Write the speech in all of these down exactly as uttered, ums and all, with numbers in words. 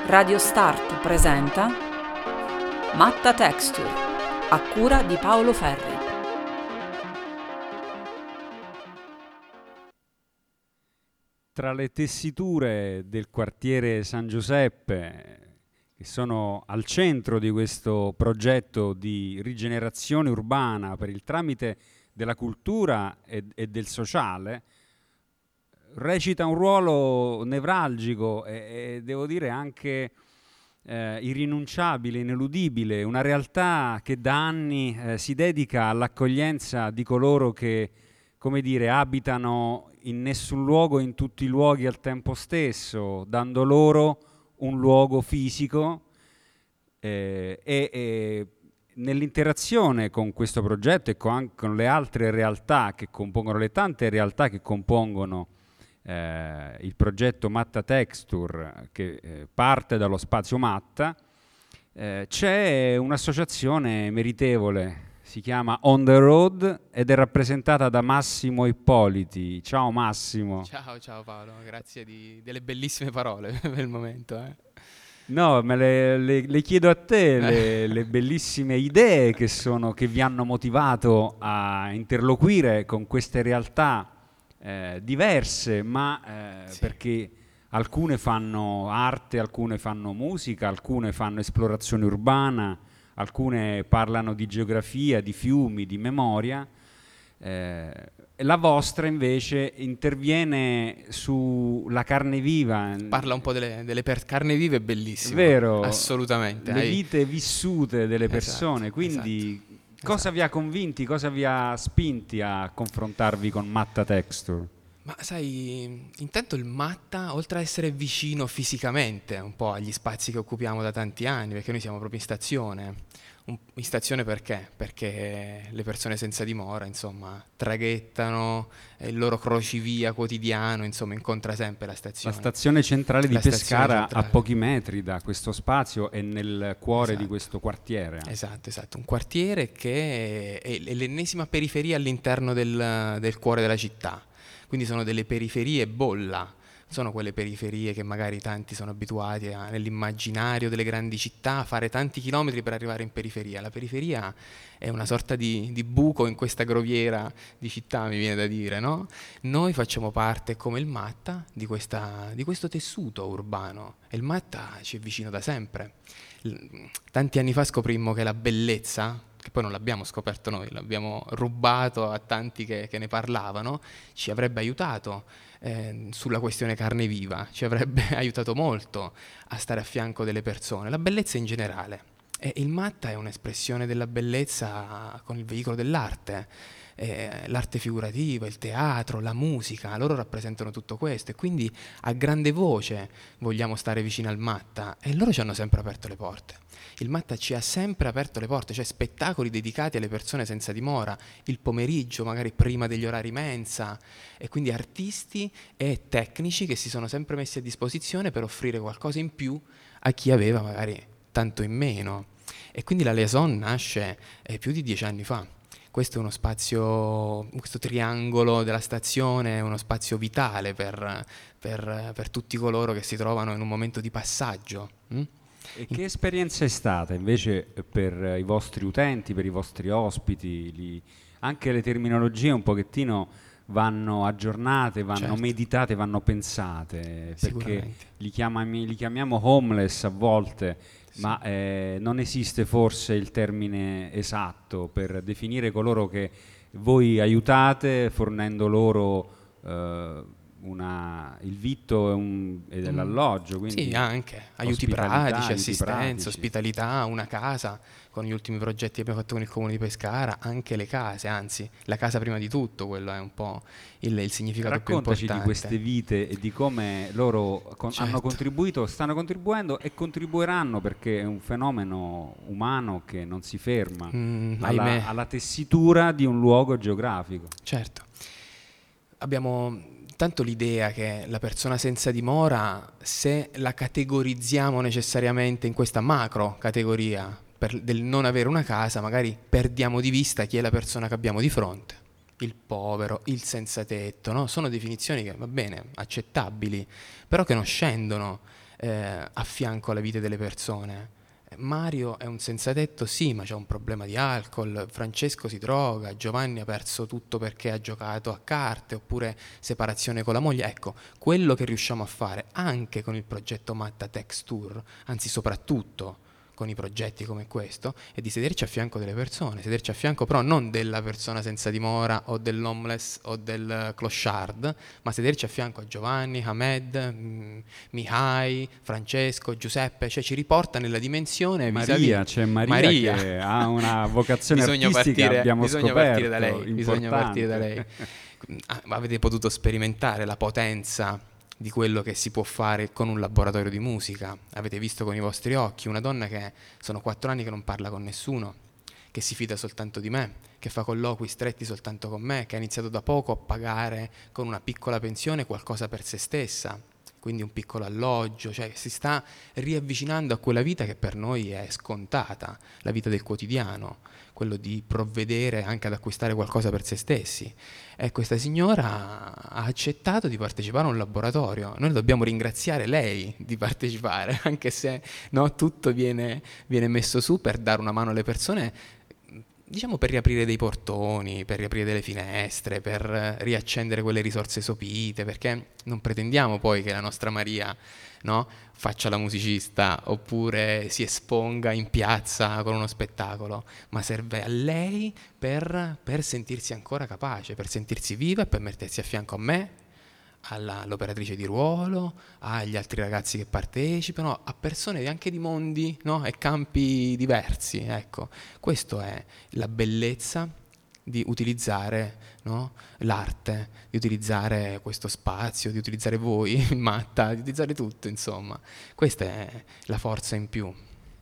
Radio Start presenta Matta Texture, a cura di Paolo Ferri. Tra le tessiture del quartiere San Giuseppe, che sono al centro di questo progetto di rigenerazione urbana per il tramite della cultura e, e del sociale, recita un ruolo nevralgico e, e devo dire anche eh, irrinunciabile, ineludibile, una realtà che da anni eh, si dedica all'accoglienza di coloro che, come dire, abitano in nessun luogo, in tutti i luoghi al tempo stesso, dando loro un luogo fisico eh, e, e nell'interazione con questo progetto e con, con le altre realtà che compongono, le tante realtà che compongono eh, il progetto Matta Texture, che eh, parte dallo spazio Matta, eh, c'è un'associazione meritevole, si chiama On the Road ed è rappresentata da Massimo Ippoliti. Ciao Massimo. Ciao, ciao Paolo, grazie di, delle bellissime parole per il momento. Eh. No, me le, le, le chiedo a te le, le bellissime idee che, sono, che vi hanno motivato a interloquire con queste realtà eh, diverse, ma eh, Sì. perché alcune fanno arte, alcune fanno musica, alcune fanno esplorazione urbana, alcune parlano di geografia, di fiumi, di memoria. Eh, la vostra invece interviene sulla carne viva. Parla un po' delle, delle per- carne vive, è bellissimo. Vero, assolutamente. le Hai... vite vissute delle persone, Esatto, quindi esatto, cosa esatto. vi ha convinti, cosa vi ha spinti a confrontarvi con Matta Texture? Ma sai, intanto il Matta, oltre a essere vicino fisicamente un po' agli spazi che occupiamo da tanti anni, perché noi siamo proprio in stazione, un, in stazione perché? Perché le persone senza dimora, insomma, traghettano, eh, il loro crocevia quotidiano, insomma, incontra sempre la stazione. La stazione centrale di La stazione Pescara centrale. a pochi metri da questo spazio e nel cuore Esatto. di questo quartiere. Esatto, esatto, un quartiere che è, è l'ennesima periferia all'interno del, del cuore della città. Quindi sono delle periferie bolla, sono quelle periferie che magari tanti sono abituati a, nell'immaginario delle grandi città, a fare tanti chilometri per arrivare in periferia. La periferia è una sorta di, di buco in questa groviera di città, mi viene da dire, no? Noi facciamo parte, come il Matta, di, questa, di questo tessuto urbano, e il Matta ci è vicino da sempre. L- tanti anni fa scoprimmo che la bellezza, che poi non l'abbiamo scoperto noi, l'abbiamo rubato a tanti che, che ne parlavano, ci avrebbe aiutato eh, sulla questione carne viva, ci avrebbe aiutato molto a stare a fianco delle persone, la bellezza in generale. E il Matta è un'espressione della bellezza con il veicolo dell'arte, eh, l'arte figurativa, il teatro, la musica, loro rappresentano tutto questo e quindi a grande voce vogliamo stare vicino al Matta e loro ci hanno sempre aperto le porte. Il Matta ci ha sempre aperto le porte, cioè spettacoli dedicati alle persone senza dimora, il pomeriggio, magari prima degli orari mensa, e quindi artisti e tecnici che si sono sempre messi a disposizione per offrire qualcosa in più a chi aveva magari tanto in meno. E quindi la Liaison nasce eh, più di dieci anni fa. Questo è uno spazio, questo triangolo della stazione è uno spazio vitale per, per, per tutti coloro che si trovano in un momento di passaggio. Hm? E che esperienza è stata invece per i vostri utenti, per i vostri ospiti? Li, anche le terminologie un pochettino vanno aggiornate, vanno Certo. meditate, vanno pensate, perché Sicuramente. li, chiamami, li chiamiamo homeless a volte, Sì. ma eh, non esiste forse il termine esatto per definire coloro che voi aiutate fornendo loro eh, Una, il vitto e, un, e dell'alloggio, quindi sì, anche aiuti ospitalità, pratici, aiuti assistenza, pratici. ospitalità, una casa. Con gli ultimi progetti che abbiamo fatto con il comune di Pescara, anche le case, anzi la casa prima di tutto, quello è un po' il, il significato Raccontaci più di importante. queste vite e di come loro con- Certo. hanno contribuito, stanno contribuendo e contribuiranno, perché è un fenomeno umano che non si ferma Mm, alla, ahimè. alla tessitura di un luogo geografico. Certo. Abbiamo tanto l'idea che la persona senza dimora, se la categorizziamo necessariamente in questa macro categoria per, del non avere una casa, magari perdiamo di vista chi è la persona che abbiamo di fronte. Il povero, il senza tetto, no? Sono definizioni che, va bene, accettabili, però che non scendono eh, a fianco alla vita delle persone. Mario è un senzatetto, sì, ma c'è un problema di alcol, Francesco si droga, Giovanni ha perso tutto perché ha giocato a carte, oppure separazione con la moglie. Ecco, quello che riusciamo a fare anche con il progetto Matta Texture, anzi soprattutto con i progetti come questo, è di sederci a fianco delle persone, sederci a fianco però non della persona senza dimora o dell'homeless o del clochard, ma sederci a fianco a Giovanni, Hamed, mh, Mihai, Francesco, Giuseppe, cioè ci riporta nella dimensione Maria, c'è Maria, Maria che ha una vocazione bisogna artistica, partire, abbiamo bisogna scoperto, partire da lei, bisogna partire da lei. importante. Avete potuto sperimentare la potenza di quello che si può fare con un laboratorio di musica. Avete visto con i vostri occhi una donna che sono quattro anni che non parla con nessuno, che si fida soltanto di me, che fa colloqui stretti soltanto con me, che ha iniziato da poco a pagare con una piccola pensione qualcosa per se stessa, quindi un piccolo alloggio, cioè si sta riavvicinando a quella vita che per noi è scontata, la vita del quotidiano, quello di provvedere anche ad acquistare qualcosa per se stessi. E questa signora ha accettato di partecipare a un laboratorio. Noi dobbiamo ringraziare lei di partecipare, anche se no, tutto viene, viene messo su per dare una mano alle persone, diciamo per riaprire dei portoni, per riaprire delle finestre, per riaccendere quelle risorse sopite, perché non pretendiamo poi che la nostra Maria, no, faccia la musicista oppure si esponga in piazza con uno spettacolo, ma serve a lei per, per sentirsi ancora capace, per sentirsi viva e per mettersi a fianco a me, alla, all'operatrice di ruolo, agli altri ragazzi che partecipano, a persone anche di mondi, no, e campi diversi. Ecco, questa è la bellezza di utilizzare, no, l'arte, di utilizzare questo spazio, di utilizzare voi, Matta, di utilizzare tutto, insomma. Questa è la forza in più.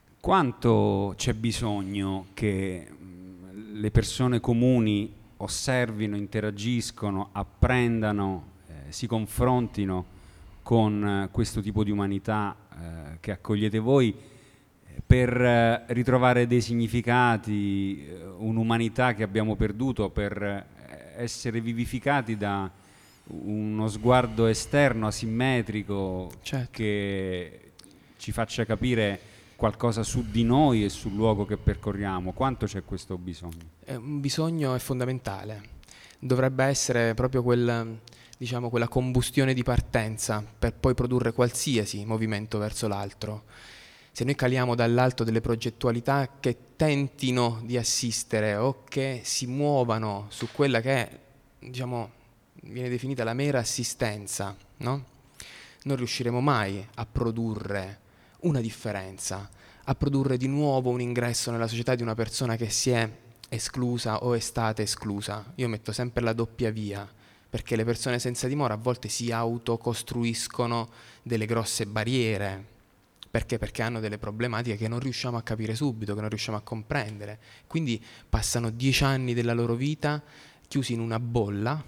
Quanto c'è bisogno che mh, le persone comuni osservino, interagiscono, apprendano, eh, si confrontino con eh, questo tipo di umanità eh, che accogliete voi, eh, per eh, ritrovare dei significati, eh, un'umanità che abbiamo perduto, per eh, essere vivificati da uno sguardo esterno, asimmetrico, Certo. che ci faccia capire qualcosa su di noi e sul luogo che percorriamo. Quanto c'è questo bisogno? È un bisogno è fondamentale. Dovrebbe essere proprio quel, diciamo, quella combustione di partenza per poi produrre qualsiasi movimento verso l'altro. Se noi caliamo dall'alto delle progettualità che tentino di assistere o che si muovano su quella che è, diciamo, viene definita la mera assistenza, no? Non riusciremo mai a produrre una differenza, a produrre di nuovo un ingresso nella società di una persona che si è esclusa o è stata esclusa. Io metto sempre la doppia via, perché le persone senza dimora a volte si autocostruiscono delle grosse barriere. Perché? Perché hanno delle problematiche che non riusciamo a capire subito, che non riusciamo a comprendere. Quindi passano dieci anni della loro vita chiusi in una bolla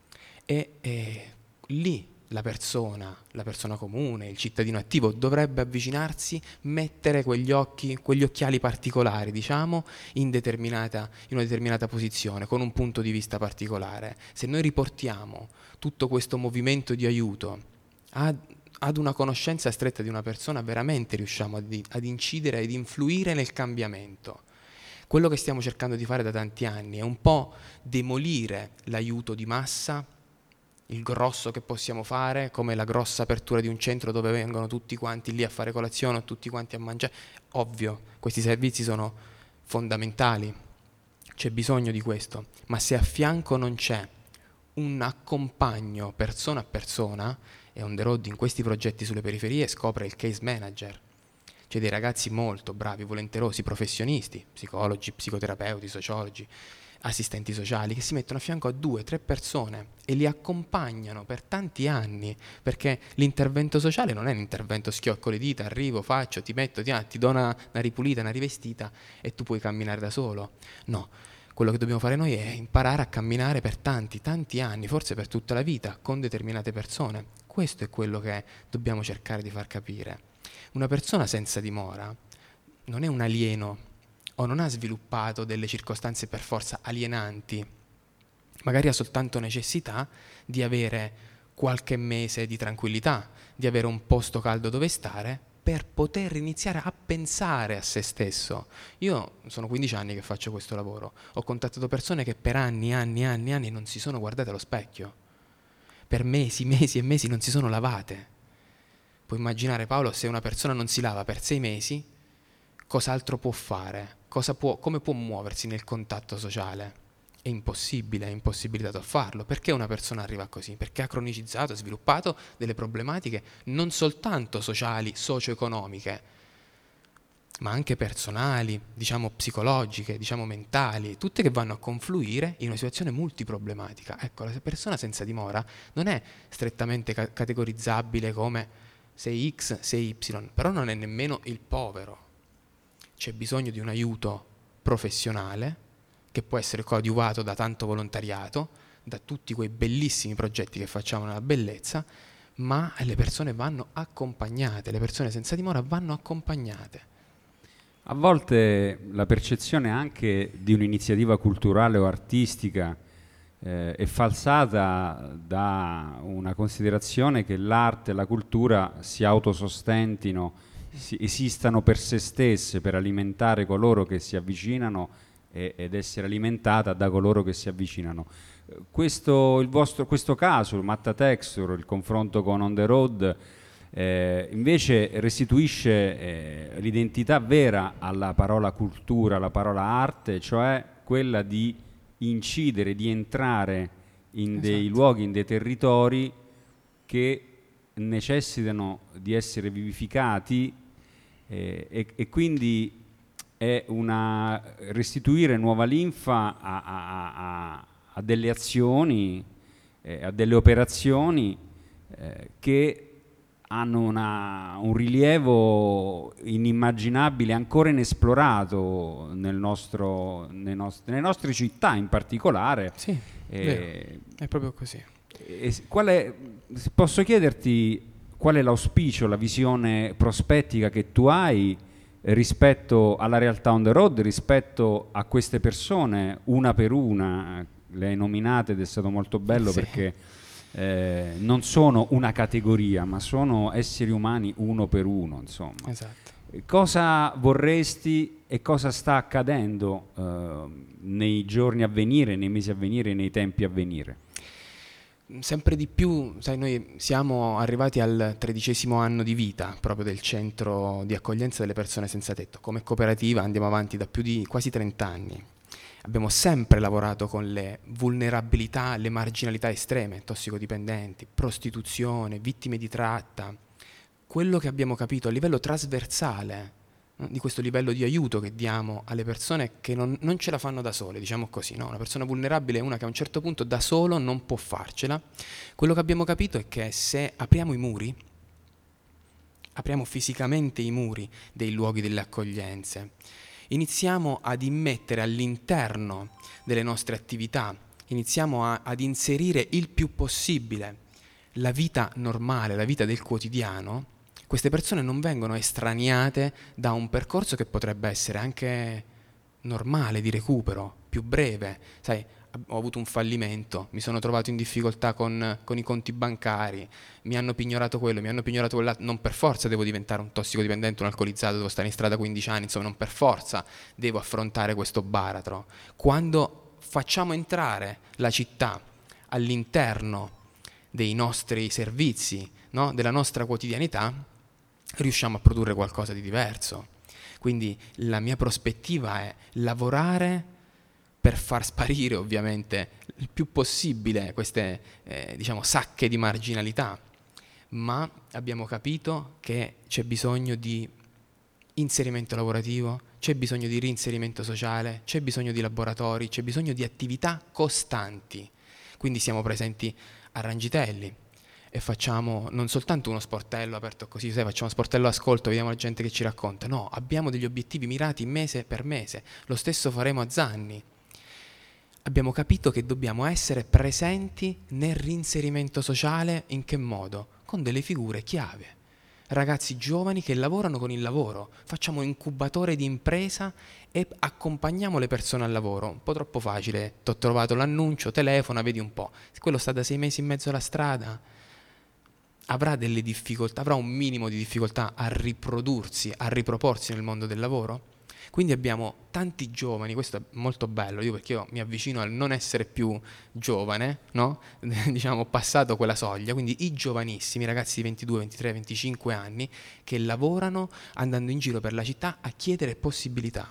e, e lì la persona, la persona comune, il cittadino attivo dovrebbe avvicinarsi, mettere quegli occhi, quegli occhiali particolari, diciamo, in determinata, in una determinata posizione, con un punto di vista particolare. Se noi riportiamo tutto questo movimento di aiuto ad, ad una conoscenza stretta di una persona, veramente riusciamo ad, ad incidere ed influire nel cambiamento. Quello che stiamo cercando di fare da tanti anni è un po' demolire l'aiuto di massa, il grosso che possiamo fare, come la grossa apertura di un centro dove vengono tutti quanti lì a fare colazione o tutti quanti a mangiare. Ovvio, questi servizi sono fondamentali, c'è bisogno di questo, ma se a fianco non c'è un accompagno persona a persona, e on the road in questi progetti sulle periferie scopre il case manager, cioè dei ragazzi molto bravi, volenterosi, professionisti, psicologi, psicoterapeuti, sociologi, assistenti sociali, che si mettono a fianco a due, tre persone e li accompagnano per tanti anni, perché l'intervento sociale non è un intervento schiocco le dita, arrivo, faccio, ti metto, ti, ah, ti do una, una ripulita, una rivestita e tu puoi camminare da solo. No, quello che dobbiamo fare noi è imparare a camminare per tanti, tanti anni, forse per tutta la vita, con determinate persone. Questo è quello che dobbiamo cercare di far capire. Una persona senza dimora non è un alieno o non ha sviluppato delle circostanze per forza alienanti, magari ha soltanto necessità di avere qualche mese di tranquillità, di avere un posto caldo dove stare, per poter iniziare a pensare a se stesso. Io sono quindici anni che faccio questo lavoro, ho contattato persone che per anni, anni, anni, anni non si sono guardate allo specchio, per mesi, mesi e mesi non si sono lavate. Puoi immaginare, Paolo, se una persona non si lava per sei mesi, cos'altro può fare? Cosa può, come può muoversi nel contatto sociale? È impossibile, è impossibilitato a farlo. Perché una persona arriva così? Perché ha cronicizzato, ha sviluppato delle problematiche non soltanto sociali, socio-economiche, ma anche personali, diciamo psicologiche, diciamo mentali, tutte che vanno a confluire in una situazione multiproblematica. Ecco, la persona senza dimora non è strettamente ca- categorizzabile come sei X, sei Y, però non è nemmeno il povero. C'è bisogno di un aiuto professionale che può essere coadiuvato da tanto volontariato, da tutti quei bellissimi progetti che facciamo nella bellezza, ma le persone vanno accompagnate, le persone senza dimora vanno accompagnate. A volte la percezione anche di un'iniziativa culturale o artistica eh, è falsata da una considerazione che l'arte e la cultura si autosostentino, si, esistano per se stesse, per alimentare coloro che si avvicinano e, ed essere alimentata da coloro che si avvicinano. Questo, il vostro, questo caso, il Matta Texture, il confronto con On The Road, Eh, invece restituisce eh, l'identità vera alla parola cultura, alla parola arte, cioè quella di incidere, di entrare in Esatto. dei luoghi, in dei territori che necessitano di essere vivificati eh, e, e quindi è una restituire nuova linfa a, a, a, a delle azioni, eh, a delle operazioni eh, che hanno una, un rilievo inimmaginabile, ancora inesplorato nel nostro, nei nost- nelle nostre città in particolare. Sì, eh, vero, è proprio così. E qual è, posso chiederti qual è l'auspicio, la visione prospettica che tu hai rispetto alla realtà On The Road, rispetto a queste persone, una per una, le hai nominate ed è stato molto bello, sì, perché Eh, non sono una categoria, ma sono esseri umani uno per uno, insomma. Esatto. Cosa vorresti e cosa sta accadendo eh, nei giorni a venire, nei mesi a venire, nei tempi a venire? Sempre di più, sai, noi siamo arrivati al tredicesimo anno di vita proprio del centro di accoglienza delle persone senza tetto. Come cooperativa andiamo avanti da più di quasi trenta anni. Abbiamo sempre lavorato con le vulnerabilità, le marginalità estreme, tossicodipendenti, prostituzione, vittime di tratta. Quello che abbiamo capito a livello trasversale, no, di questo livello di aiuto che diamo alle persone che non, non ce la fanno da sole, diciamo così, no? Una persona vulnerabile è una che a un certo punto da solo non può farcela. Quello che abbiamo capito è che se apriamo i muri, apriamo fisicamente i muri dei luoghi delle accoglienze, iniziamo ad immettere all'interno delle nostre attività, iniziamo a, ad inserire il più possibile la vita normale, la vita del quotidiano, queste persone non vengono estraniate da un percorso che potrebbe essere anche normale, di recupero, più breve. Sai, ho avuto un fallimento, mi sono trovato in difficoltà con, con i conti bancari, mi hanno pignorato quello, mi hanno pignorato quell'altro, non per forza devo diventare un tossicodipendente, un alcolizzato, devo stare in strada quindici anni, insomma non per forza devo affrontare questo baratro. Quando facciamo entrare la città all'interno dei nostri servizi, no? Della nostra quotidianità, riusciamo a produrre qualcosa di diverso. Quindi la mia prospettiva è lavorare per far sparire ovviamente il più possibile queste eh, diciamo sacche di marginalità, ma abbiamo capito che c'è bisogno di inserimento lavorativo, c'è bisogno di reinserimento sociale, c'è bisogno di laboratori, c'è bisogno di attività costanti. Quindi siamo presenti a Rangitelli e facciamo non soltanto uno sportello aperto così, sai, facciamo sportello ascolto, vediamo la gente che ci racconta, no, abbiamo degli obiettivi mirati mese per mese, lo stesso faremo a Zanni. Abbiamo capito che dobbiamo essere presenti nel reinserimento sociale. In che modo? Con delle figure chiave. Ragazzi giovani che lavorano con il lavoro. Facciamo un incubatore di impresa e accompagniamo le persone al lavoro. Un po' troppo facile. Ti ho trovato l'annuncio, telefona, vedi un po'. Quello sta da sei mesi in mezzo alla strada. avrà delle difficoltà, avrà un minimo di difficoltà a riprodursi, a riproporsi nel mondo del lavoro. Quindi abbiamo tanti giovani, questo è molto bello, io perché io mi avvicino al non essere più giovane, no? Diciamo, ho passato quella soglia, quindi i giovanissimi, ragazzi di ventidue, ventitré, venticinque anni, che lavorano andando in giro per la città a chiedere possibilità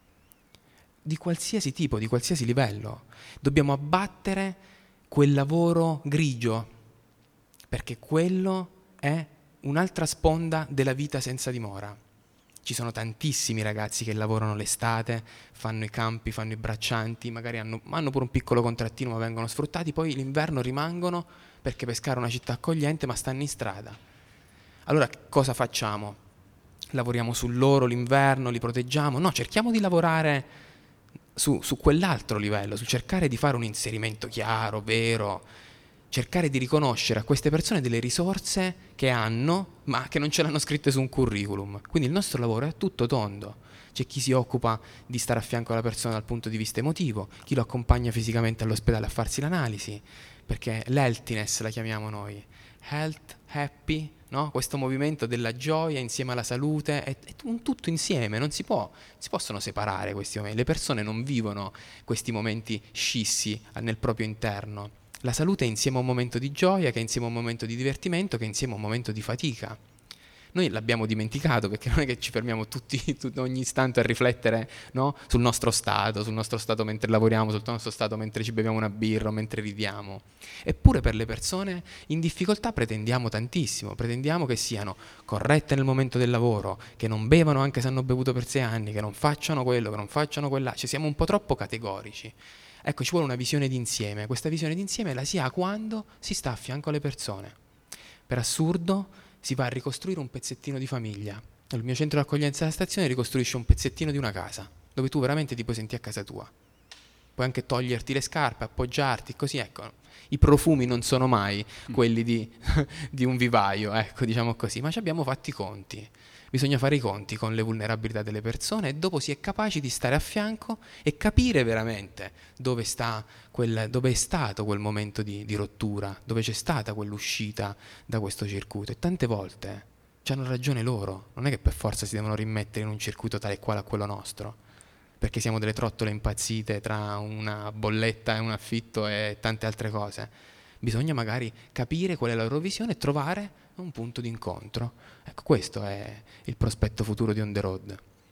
di qualsiasi tipo, di qualsiasi livello. Dobbiamo abbattere quel lavoro grigio, perché quello è un'altra sponda della vita senza dimora. Ci sono tantissimi ragazzi che lavorano l'estate, fanno i campi, fanno i braccianti, magari hanno, hanno pure un piccolo contrattino ma vengono sfruttati, poi l'inverno rimangono perché Pescara è una città accogliente ma stanno in strada. Allora cosa facciamo? Lavoriamo su loro l'inverno, li proteggiamo? No, cerchiamo di lavorare su, su quell'altro livello, su cercare di fare un inserimento chiaro, vero, cercare di riconoscere a queste persone delle risorse che hanno ma che non ce l'hanno scritte su un curriculum. Quindi il nostro lavoro è tutto tondo. C'è chi si occupa di stare a fianco alla persona dal punto di vista emotivo, chi lo accompagna fisicamente all'ospedale a farsi l'analisi, perché l'healthiness la chiamiamo noi, health, happy, no? Questo movimento della gioia insieme alla salute è, è un tutto insieme, non si può, si possono separare questi momenti. Le persone non vivono questi momenti scissi nel proprio interno. La salute è insieme a un momento di gioia, che è insieme a un momento di divertimento, che è insieme a un momento di fatica. Noi l'abbiamo dimenticato perché non è che ci fermiamo tutti, tutti ogni istante a riflettere, no? Sul nostro stato, sul nostro stato mentre lavoriamo, sul nostro stato mentre ci beviamo una birra o mentre ridiamo. Eppure per le persone in difficoltà pretendiamo tantissimo, pretendiamo che siano corrette nel momento del lavoro, che non bevano anche se hanno bevuto per sei anni, che non facciano quello, che non facciano quella, cioè siamo un po' troppo categorici. Ecco, ci vuole una visione d'insieme. Questa visione d'insieme la si ha quando si sta a fianco alle persone. Per assurdo si va a ricostruire un pezzettino di famiglia. Il mio centro di accoglienza alla stazione ricostruisce un pezzettino di una casa, dove tu veramente ti puoi sentire a casa tua. Puoi anche toglierti le scarpe, appoggiarti, così, ecco. I profumi non sono mai quelli di, di un vivaio, ecco, diciamo così, ma ci abbiamo fatti i conti. Bisogna fare i conti con le vulnerabilità delle persone e dopo si è capaci di stare a fianco e capire veramente dove, sta quel, dove è stato quel momento di, di rottura, dove c'è stata quell'uscita da questo circuito. E tante volte c'hanno ragione loro, non è che per forza si devono rimettere in un circuito tale e quale a quello nostro, perché siamo delle trottole impazzite tra una bolletta e un affitto e tante altre cose. Bisogna magari capire qual è la loro visione e trovare un punto di incontro. Ecco, questo è il prospetto futuro di On The Road.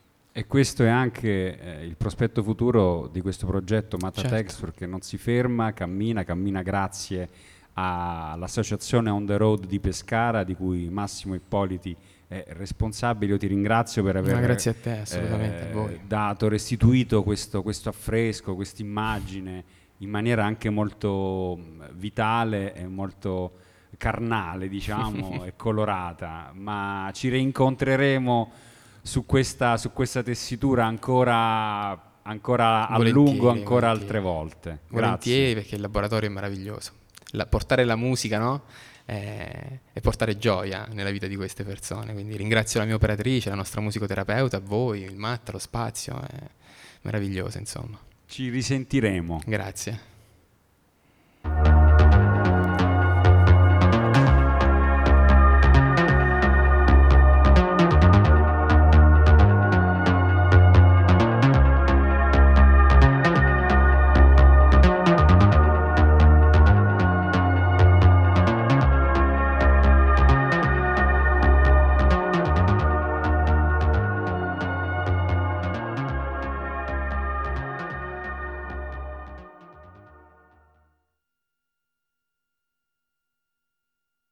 E questo è anche eh, il prospetto futuro di questo progetto Matta Certo. Texture, che non si ferma, cammina, cammina grazie all'associazione On The Road di Pescara, di cui Massimo Ippoliti è responsabile. Io ti ringrazio per aver Ma grazie a te, assolutamente, eh, a voi. dato, restituito questo, questo affresco, questa immagine in maniera anche molto vitale e molto carnale, diciamo, e colorata, ma ci reincontreremo su questa, su questa tessitura ancora, ancora a lungo, ancora volentieri. altre volte. Volentieri, Grazie. perché il laboratorio è meraviglioso. La, portare la musica, no? E, e portare gioia nella vita di queste persone. Quindi ringrazio la mia operatrice, la nostra musicoterapeuta, voi, il Matta, lo spazio, è meraviglioso, insomma. Ci risentiremo. Grazie.